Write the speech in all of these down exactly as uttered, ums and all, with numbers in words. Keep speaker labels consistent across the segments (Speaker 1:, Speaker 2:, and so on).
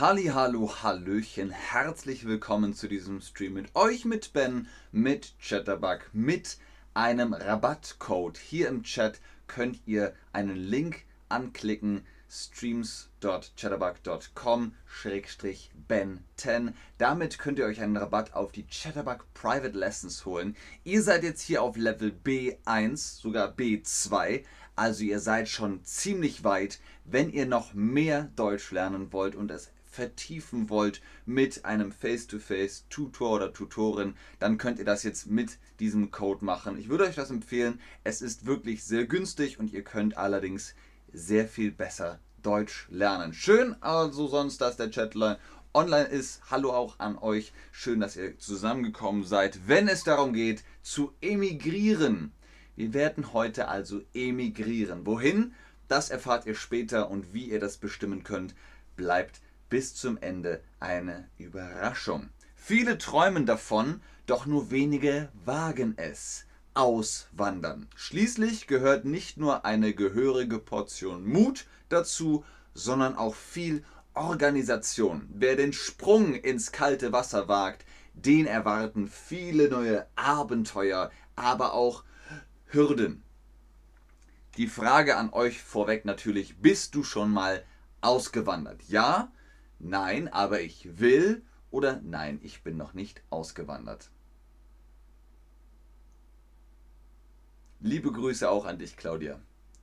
Speaker 1: Hallihallo, Hallöchen, herzlich willkommen zu diesem Stream mit euch, mit Ben, mit Chatterbug, mit einem Rabattcode. Hier im Chat könnt ihr einen Link anklicken, streams punkt chatterbug punkt com slash ben zehn. Damit könnt ihr euch einen Rabatt auf die Chatterbug Private Lessons holen. Ihr seid jetzt hier auf Level B eins, sogar B zwei. Also ihr seid schon ziemlich weit. Wenn ihr noch mehr Deutsch lernen wollt und es vertiefen wollt mit einem Face-to-Face-Tutor oder Tutorin, dann könnt ihr das jetzt mit diesem Code machen. Ich würde euch das empfehlen. Es ist wirklich sehr günstig und ihr könnt allerdings sehr viel besser Deutsch lernen. Schön also sonst, dass der Chatline online ist. Hallo auch an euch. Schön, dass ihr zusammengekommen seid, wenn es darum geht, zu emigrieren. Wir werden heute also emigrieren. Wohin? Das erfahrt ihr später und wie ihr das bestimmen könnt, bleibt bis zum Ende eine Überraschung. Viele träumen davon, doch nur wenige wagen es. Auswandern. Schließlich gehört nicht nur eine gehörige Portion Mut dazu, sondern auch viel Organisation. Wer den Sprung ins kalte Wasser wagt, den erwarten viele neue Abenteuer, aber auch Hürden. Die Frage an euch vorweg natürlich, bist du schon mal ausgewandert? Ja, nein, aber ich will oder nein, ich bin noch nicht ausgewandert. Liebe Grüße auch an dich, Claudia.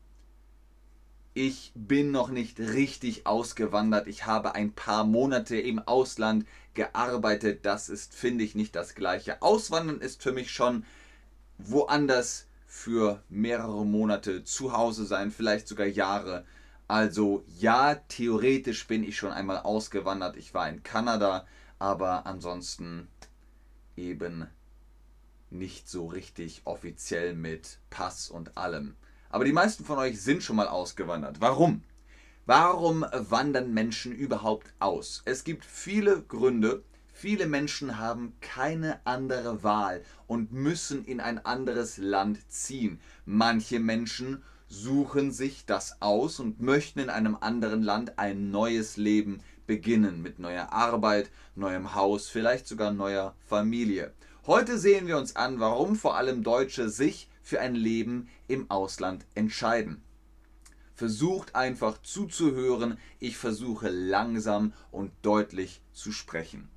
Speaker 1: Ich bin noch nicht richtig ausgewandert. Ich habe ein paar Monate im Ausland gearbeitet. Das ist, finde ich, nicht das Gleiche. Auswandern ist für mich schon woanders für mehrere Monate zu Hause sein, vielleicht sogar Jahre. Also ja, theoretisch bin ich schon einmal ausgewandert. Ich war in Kanada, aber ansonsten eben nicht so richtig offiziell mit Pass und allem. Aber die meisten von euch sind schon mal ausgewandert. Warum? Warum wandern Menschen überhaupt aus? Es gibt viele Gründe. Viele Menschen haben keine andere Wahl und müssen in ein anderes Land ziehen. Manche Menschen suchen sich das aus und möchten in einem anderen Land ein neues Leben beginnen. Mit neuer Arbeit, neuem Haus, vielleicht sogar neuer Familie. Heute sehen wir uns an, warum vor allem Deutsche sich für ein Leben im Ausland entscheiden. Versucht einfach zuzuhören. Ich versuche langsam und deutlich zu sprechen.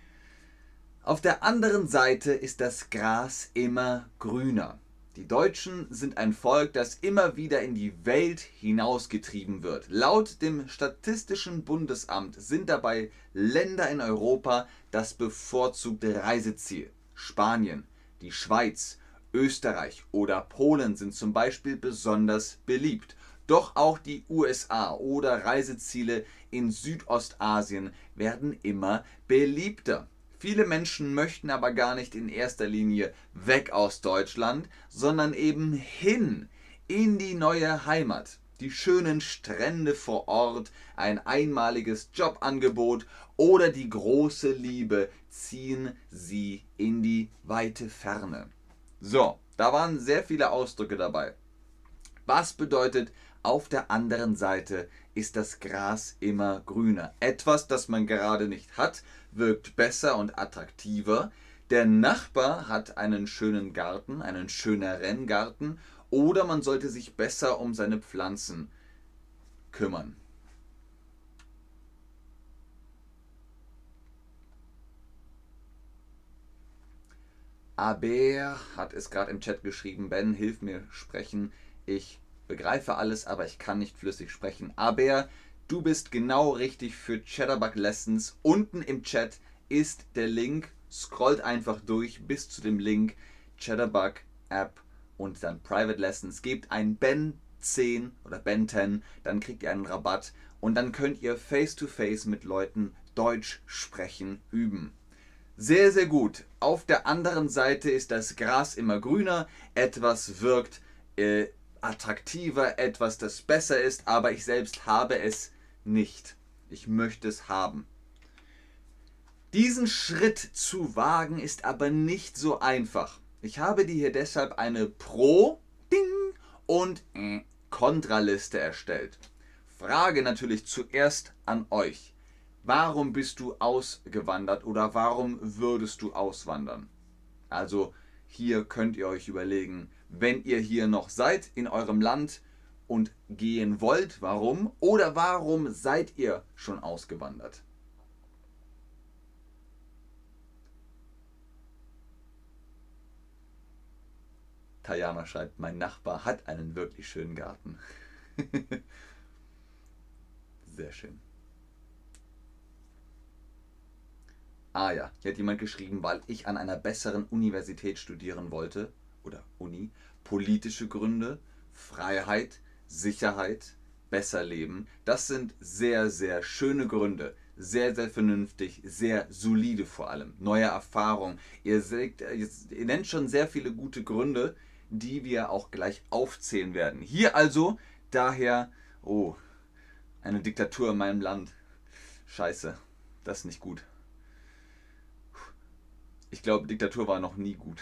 Speaker 1: Auf der anderen Seite ist das Gras immer grüner. Die Deutschen sind ein Volk, das immer wieder in die Welt hinausgetrieben wird. Laut dem Statistischen Bundesamt sind dabei Länder in Europa das bevorzugte Reiseziel. Spanien, die Schweiz, Österreich oder Polen sind zum Beispiel besonders beliebt. Doch auch die U S A oder Reiseziele in Südostasien werden immer beliebter. Viele Menschen möchten aber gar nicht in erster Linie weg aus Deutschland, sondern eben hin in die neue Heimat. Die schönen Strände vor Ort, ein einmaliges Jobangebot oder die große Liebe ziehen sie in die weite Ferne. So, da waren sehr viele Ausdrücke dabei. Was bedeutet, auf der anderen Seite ist das Gras immer grüner? Etwas, das man gerade nicht hat, wirkt besser und attraktiver. Der Nachbar hat einen schönen Garten, einen schöneren Garten, oder man sollte sich besser um seine Pflanzen kümmern. Aber hat es gerade im Chat geschrieben, Ben, hilf mir sprechen. Ich begreife alles, aber ich kann nicht flüssig sprechen. Aber du bist genau richtig für Chatterbug Lessons. Unten im Chat ist der Link. Scrollt einfach durch bis zu dem Link Chatterbug App und dann Private Lessons. Gebt ein Ben zehn oder Ben zehn, dann kriegt ihr einen Rabatt und dann könnt ihr face-to-face mit Leuten Deutsch sprechen üben. Sehr, sehr gut. Auf der anderen Seite ist das Gras immer grüner. Etwas wirkt äh, attraktiver, etwas, das besser ist, aber ich selbst habe es nicht. Ich möchte es haben. Diesen Schritt zu wagen ist aber nicht so einfach. Ich habe dir hier deshalb eine Pro- Ding und Kontraliste erstellt. Frage natürlich zuerst an euch. Warum bist du ausgewandert oder warum würdest du auswandern? Also hier könnt ihr euch überlegen, wenn ihr hier noch seid in eurem Land und gehen wollt, warum? Oder warum seid ihr schon ausgewandert? Tajana schreibt, mein Nachbar hat einen wirklich schönen Garten. Sehr schön. Ah ja, hier hat jemand geschrieben, weil ich an einer besseren Universität studieren wollte, oder Uni, politische Gründe, Freiheit, Sicherheit, besser leben. Das sind sehr, sehr schöne Gründe. Sehr, sehr vernünftig, sehr solide vor allem. Neue Erfahrung. Ihr, seht, ihr nennt schon sehr viele gute Gründe, die wir auch gleich aufzählen werden. Hier also daher, oh, eine Diktatur in meinem Land. Scheiße, das ist nicht gut. Ich glaube, Diktatur war noch nie gut.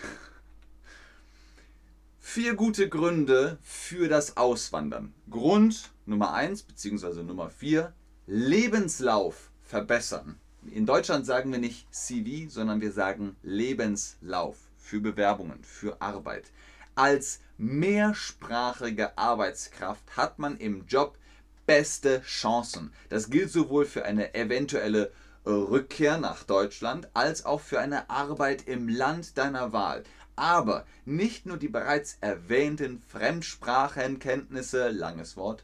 Speaker 1: Vier gute Gründe für das Auswandern. Grund Nummer eins bzw. Nummer vier, Lebenslauf verbessern. In Deutschland sagen wir nicht C V, sondern wir sagen Lebenslauf für Bewerbungen, für Arbeit. Als mehrsprachige Arbeitskraft hat man im Job beste Chancen. Das gilt sowohl für eine eventuelle Rückkehr nach Deutschland als auch für eine Arbeit im Land deiner Wahl. Aber nicht nur die bereits erwähnten Fremdsprachenkenntnisse, langes Wort,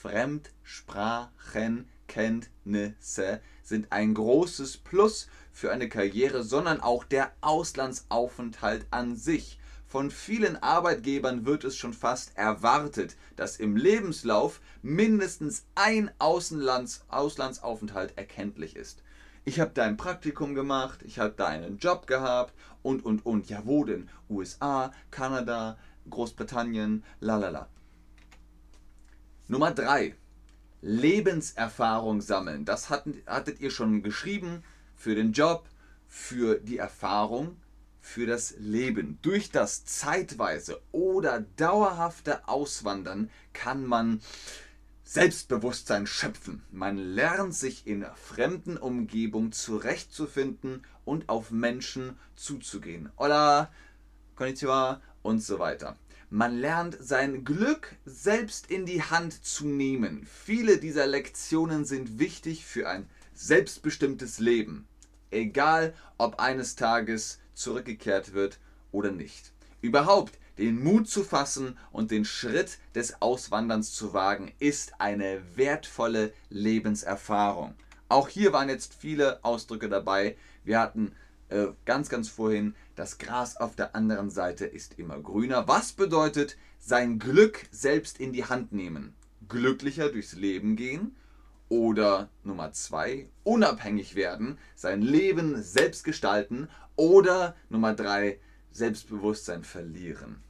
Speaker 1: Fremdsprachenkenntnisse sind ein großes Plus für eine Karriere, sondern auch der Auslandsaufenthalt an sich. Von vielen Arbeitgebern wird es schon fast erwartet, dass im Lebenslauf mindestens ein Außenlands Auslandsaufenthalt erkenntlich ist. Ich habe da ein Praktikum gemacht, ich habe da einen Job gehabt und, und, und. Ja, wo denn? U S A, Kanada, Großbritannien, lalala. Nummer drei. Lebenserfahrung sammeln. Das hattet, hattet ihr schon geschrieben für den Job, für die Erfahrung, für das Leben. Durch das zeitweise oder dauerhafte Auswandern kann man Selbstbewusstsein schöpfen. Man lernt sich in fremden Umgebungen zurechtzufinden und auf Menschen zuzugehen. Hola, konnichiwa und so weiter. Man lernt sein Glück selbst in die Hand zu nehmen. Viele dieser Lektionen sind wichtig für ein selbstbestimmtes Leben. Egal, ob eines Tages zurückgekehrt wird oder nicht. Überhaupt den Mut zu fassen und den Schritt des Auswanderns zu wagen, ist eine wertvolle Lebenserfahrung. Auch hier waren jetzt viele Ausdrücke dabei. Wir hatten äh, ganz, ganz vorhin, das Gras auf der anderen Seite ist immer grüner. Was bedeutet, sein Glück selbst in die Hand nehmen? Glücklicher durchs Leben gehen? Oder Nummer zwei, unabhängig werden, sein Leben selbst gestalten? Oder Nummer drei, Selbstbewusstsein verlieren.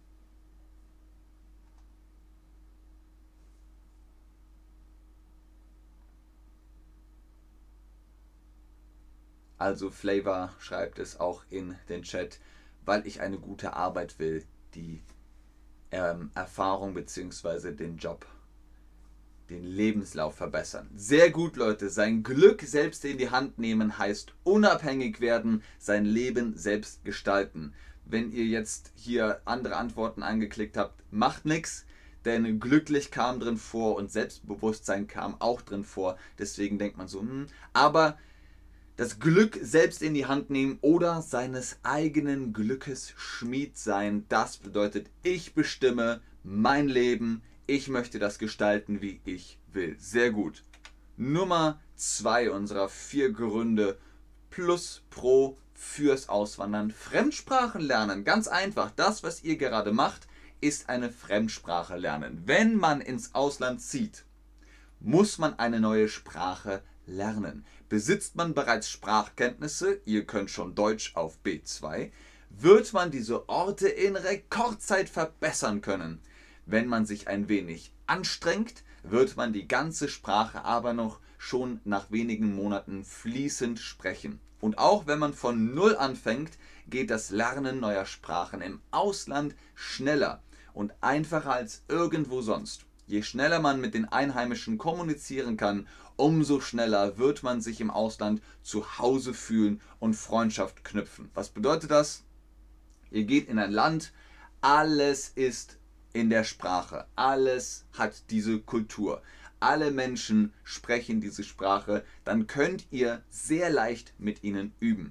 Speaker 1: Also Flavor schreibt es auch in den Chat, weil ich eine gute Arbeit will, die ähm, Erfahrung bzw. den Job, den Lebenslauf verbessern. Sehr gut, Leute. Sein Glück selbst in die Hand nehmen heißt unabhängig werden, sein Leben selbst gestalten. Wenn ihr jetzt hier andere Antworten angeklickt habt, macht nichts, denn glücklich kam drin vor und Selbstbewusstsein kam auch drin vor. Deswegen denkt man so, hm, aber das Glück selbst in die Hand nehmen oder seines eigenen Glückes Schmied sein, das bedeutet, ich bestimme mein Leben, ich möchte das gestalten, wie ich will. Sehr gut. Nummer zwei unserer vier Gründe plus pro fürs Auswandern. Fremdsprachen lernen. Ganz einfach. Das, was ihr gerade macht, ist eine Fremdsprache lernen. Wenn man ins Ausland zieht, muss man eine neue Sprache lernen. Besitzt man bereits Sprachkenntnisse, ihr könnt schon Deutsch auf B zwei, wird man diese Orte in Rekordzeit verbessern können. Wenn man sich ein wenig anstrengt, wird man die ganze Sprache aber noch schon nach wenigen Monaten fließend sprechen. Und auch wenn man von Null anfängt, geht das Lernen neuer Sprachen im Ausland schneller und einfacher als irgendwo sonst. Je schneller man mit den Einheimischen kommunizieren kann, umso schneller wird man sich im Ausland zu Hause fühlen und Freundschaft knüpfen. Was bedeutet das? Ihr geht in ein Land, alles ist in der Sprache, alles hat diese Kultur. Alle Menschen sprechen diese Sprache, dann könnt ihr sehr leicht mit ihnen üben.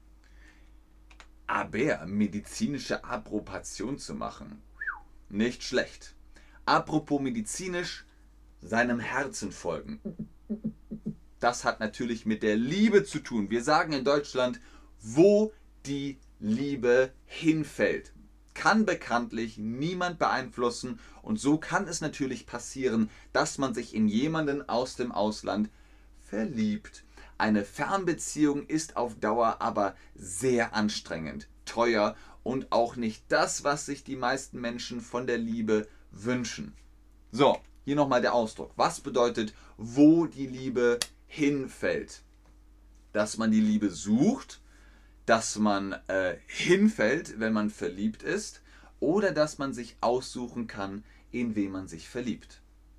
Speaker 1: Aber medizinische Approbation zu machen, nicht schlecht. Apropos medizinisch, seinem Herzen folgen. Das hat natürlich mit der Liebe zu tun. Wir sagen in Deutschland, wo die Liebe hinfällt. Kann bekanntlich niemand beeinflussen und so kann es natürlich passieren, dass man sich in jemanden aus dem Ausland verliebt. Eine Fernbeziehung ist auf Dauer aber sehr anstrengend, teuer und auch nicht das, was sich die meisten Menschen von der Liebe wünschen. So, hier nochmal der Ausdruck. Was bedeutet, wo die Liebe hinfällt? Dass man die Liebe sucht, dass man äh, hinfällt, wenn man verliebt ist, oder dass man sich aussuchen kann, in wen man sich verliebt.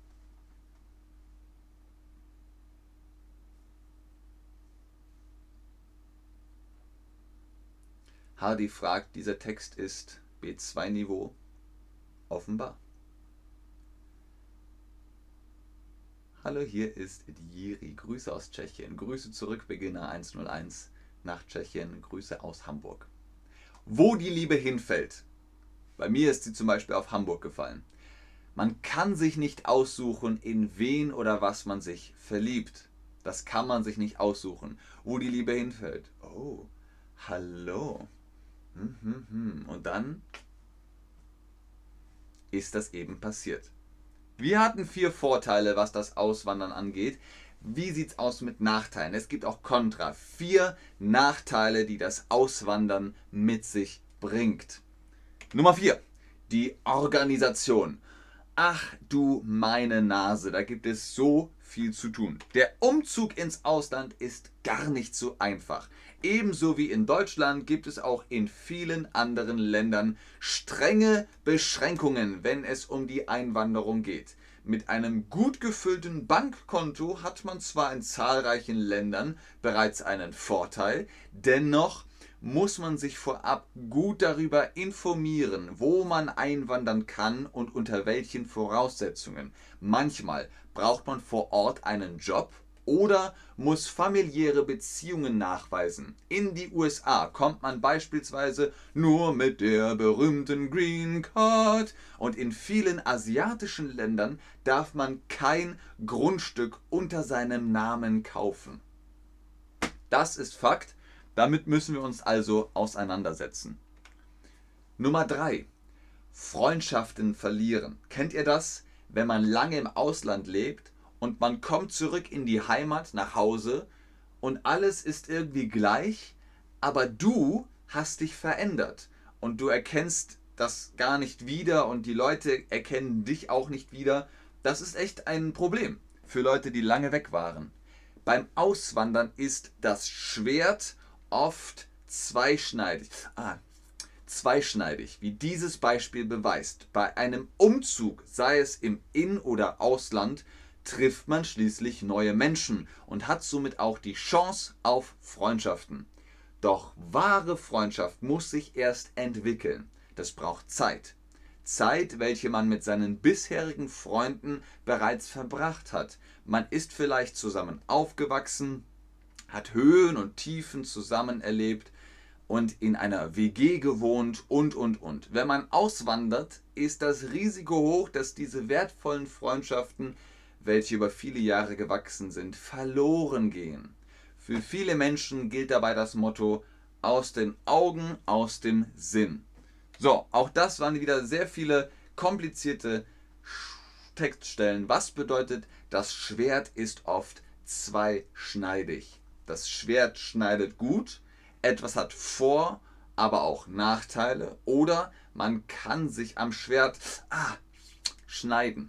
Speaker 1: Hardy fragt, dieser Text ist B zwei Niveau, offenbar. Hallo, hier ist Jiri, Grüße aus Tschechien. Grüße zurück, Beginner eins null eins nach Tschechien, Grüße aus Hamburg. Wo die Liebe hinfällt. Bei mir ist sie zum Beispiel auf Hamburg gefallen. Man kann sich nicht aussuchen, in wen oder was man sich verliebt. Das kann man sich nicht aussuchen, wo die Liebe hinfällt. Oh, hallo. Hm, hm, hm. Und dann ist das eben passiert. Wir hatten vier Vorteile, was das Auswandern angeht. Wie sieht es aus mit Nachteilen? Es gibt auch Kontra. Vier Nachteile, die das Auswandern mit sich bringt. Nummer vier. Die Organisation. Ach du meine Nase, da gibt es so viel zu tun. Der Umzug ins Ausland ist gar nicht so einfach. Ebenso wie in Deutschland gibt es auch in vielen anderen Ländern strenge Beschränkungen, wenn es um die Einwanderung geht. Mit einem gut gefüllten Bankkonto hat man zwar in zahlreichen Ländern bereits einen Vorteil, dennoch muss man sich vorab gut darüber informieren, wo man einwandern kann und unter welchen Voraussetzungen. Manchmal braucht man vor Ort einen Job oder muss familiäre Beziehungen nachweisen. In die U S A kommt man beispielsweise nur mit der berühmten Green Card und in vielen asiatischen Ländern darf man kein Grundstück unter seinem Namen kaufen. Das ist Fakt. Damit müssen wir uns also auseinandersetzen. Nummer drei. Freundschaften verlieren. Kennt ihr das? Wenn man lange im Ausland lebt und man kommt zurück in die Heimat nach Hause und alles ist irgendwie gleich, aber du hast dich verändert und du erkennst das gar nicht wieder und die Leute erkennen dich auch nicht wieder. Das ist echt ein Problem für Leute, die lange weg waren. Beim Auswandern ist das Schwert oft zweischneidig. Ah, zweischneidig, wie dieses Beispiel beweist. Bei einem Umzug, sei es im In- oder Ausland, trifft man schließlich neue Menschen und hat somit auch die Chance auf Freundschaften. Doch wahre Freundschaft muss sich erst entwickeln. Das braucht Zeit. Zeit, welche man mit seinen bisherigen Freunden bereits verbracht hat. Man ist vielleicht zusammen aufgewachsen, hat Höhen und Tiefen zusammen erlebt und in einer W G gewohnt und, und, und. Wenn man auswandert, ist das Risiko hoch, dass diese wertvollen Freundschaften, welche über viele Jahre gewachsen sind, verloren gehen. Für viele Menschen gilt dabei das Motto: aus den Augen, aus dem Sinn. So, auch das waren wieder sehr viele komplizierte Textstellen. Was bedeutet, das Schwert ist oft zweischneidig? Das Schwert schneidet gut, etwas hat Vor-, aber auch Nachteile, oder man kann sich am Schwert ah, schneiden.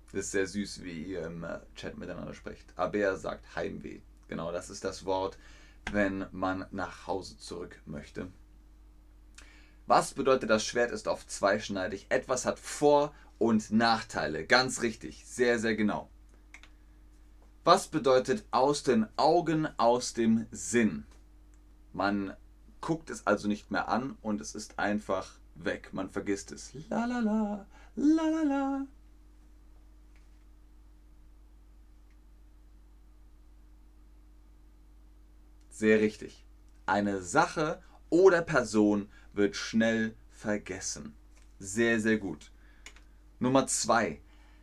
Speaker 1: Das ist sehr süß, wie ihr im äh, Chat miteinander sprecht. Aber sagt Heimweh. Genau, das ist das Wort, wenn man nach Hause zurück möchte. Was bedeutet, das Schwert ist oft zweischneidig? Etwas hat Vor- und Nachteile. Ganz richtig, sehr, sehr genau. Was bedeutet aus den Augen, aus dem Sinn? Man guckt es also nicht mehr an und es ist einfach weg. Man vergisst es. La la la, la la la. Sehr richtig. Eine Sache oder Person wird schnell vergessen. Sehr, sehr gut. Nummer zwei.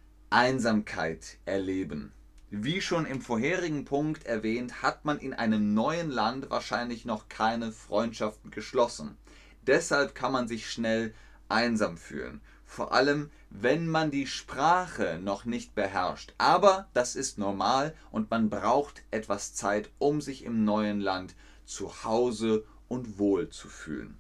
Speaker 1: Einsamkeit erleben. Wie schon im vorherigen Punkt erwähnt, hat man in einem neuen Land wahrscheinlich noch keine Freundschaften geschlossen. Deshalb kann man sich schnell einsam fühlen. Vor allem, wenn man die Sprache noch nicht beherrscht. Aber das ist normal und man braucht etwas Zeit, um sich im neuen Land zu Hause und wohl zu fühlen.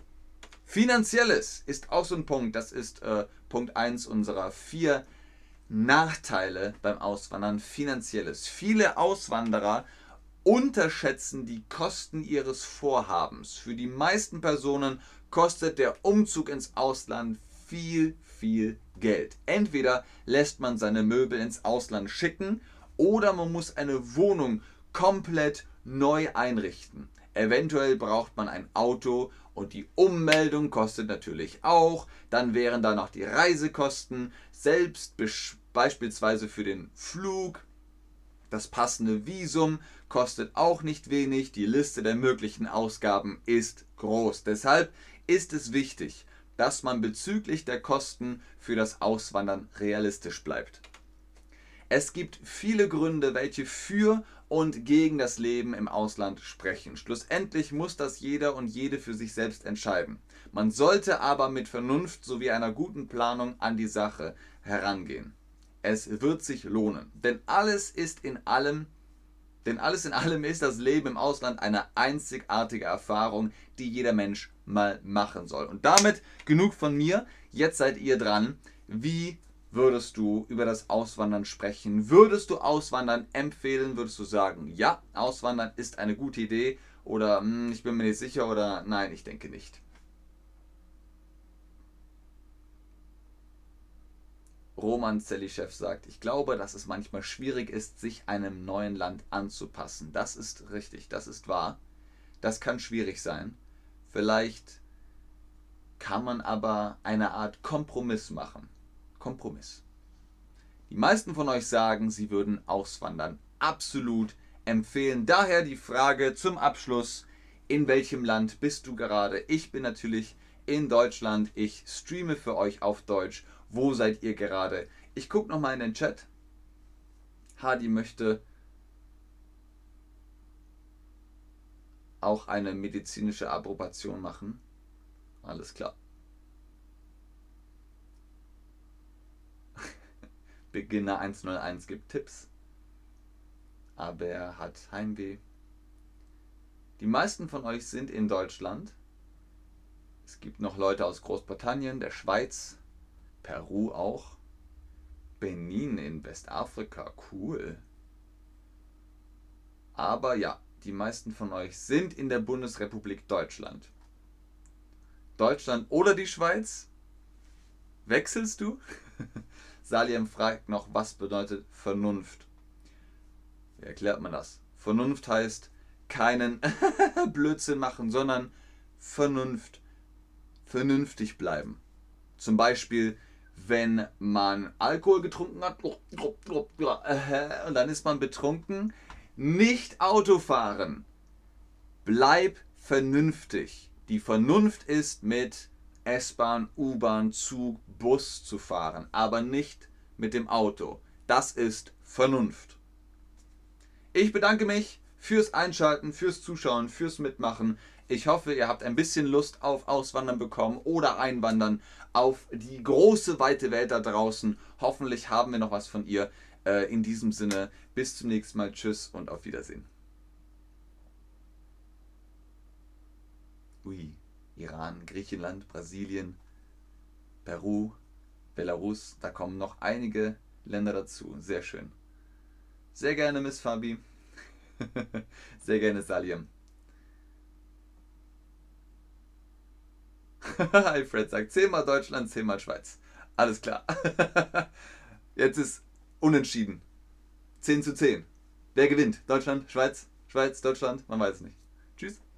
Speaker 1: Finanzielles ist auch so ein Punkt. Das ist äh, Punkt eins unserer vier Nachteile beim Auswandern. Finanzielles. Viele Auswanderer unterschätzen die Kosten ihres Vorhabens. Für die meisten Personen kostet der Umzug ins Ausland viel, viel Geld. Entweder lässt man seine Möbel ins Ausland schicken oder man muss eine Wohnung komplett neu einrichten. Eventuell braucht man ein Auto und die Ummeldung kostet natürlich auch. Dann wären da noch die Reisekosten, selbst beispielsweise für den Flug. Das passende Visum kostet auch nicht wenig. Die Liste der möglichen Ausgaben ist groß. Deshalb ist es wichtig, dass man bezüglich der Kosten für das Auswandern realistisch bleibt. Es gibt viele Gründe, welche für und gegen das Leben im Ausland sprechen. Schlussendlich muss das jeder und jede für sich selbst entscheiden. Man sollte aber mit Vernunft sowie einer guten Planung an die Sache herangehen. Es wird sich lohnen, denn alles ist in allem, denn alles in allem ist das Leben im Ausland eine einzigartige Erfahrung, die jeder Mensch mal machen soll. Und damit genug von mir. Jetzt seid ihr dran. Wie würdest du über das Auswandern sprechen? Würdest du Auswandern empfehlen? Würdest du sagen, ja, Auswandern ist eine gute Idee? Oder hm, ich bin mir nicht sicher oder nein, ich denke nicht. Roman Zelischew sagt, ich glaube, dass es manchmal schwierig ist, sich einem neuen Land anzupassen. Das ist richtig, das ist wahr. Das kann schwierig sein. Vielleicht kann man aber eine Art Kompromiss machen. Kompromiss. Die meisten von euch sagen, sie würden auswandern. Absolut empfehlen. Daher die Frage zum Abschluss, in welchem Land bist du gerade? Ich bin natürlich in Deutschland. Ich streame für euch auf Deutsch. Wo seid ihr gerade? Ich gucke nochmal in den Chat. Hadi möchte auch eine medizinische Approbation machen. Alles klar. Beginner eins null eins gibt Tipps. Aber er hat Heimweh. Die meisten von euch sind in Deutschland. Es gibt noch Leute aus Großbritannien, der Schweiz, Peru auch. Benin in Westafrika, cool. Aber ja, die meisten von euch sind in der Bundesrepublik Deutschland. Deutschland oder die Schweiz? Wechselst du? Saliem fragt noch, was bedeutet Vernunft? Wie erklärt man das? Vernunft heißt keinen Blödsinn machen, sondern Vernunft, vernünftig bleiben. Zum Beispiel, wenn man Alkohol getrunken hat und dann ist man betrunken, nicht Auto fahren. Bleib vernünftig. Die Vernunft ist, mit S-Bahn, U-Bahn, Zug, Bus zu fahren, aber nicht mit dem Auto. Das ist Vernunft. Ich bedanke mich fürs Einschalten, fürs Zuschauen, fürs Mitmachen. Ich hoffe, ihr habt ein bisschen Lust auf Auswandern bekommen oder Einwandern auf die große, weite Welt da draußen. Hoffentlich haben wir noch was von ihr. Äh, in diesem Sinne, bis zum nächsten Mal. Tschüss und auf Wiedersehen. Ui, Iran, Griechenland, Brasilien, Peru, Belarus. Da kommen noch einige Länder dazu. Sehr schön. Sehr gerne, Miss Fabi. Sehr gerne, Salim. Alfred sagt zehnmal Deutschland, zehnmal Schweiz. Alles klar. Jetzt ist unentschieden. zehn zu zehn. Wer gewinnt? Deutschland, Schweiz, Schweiz, Deutschland? Man weiß es nicht. Tschüss.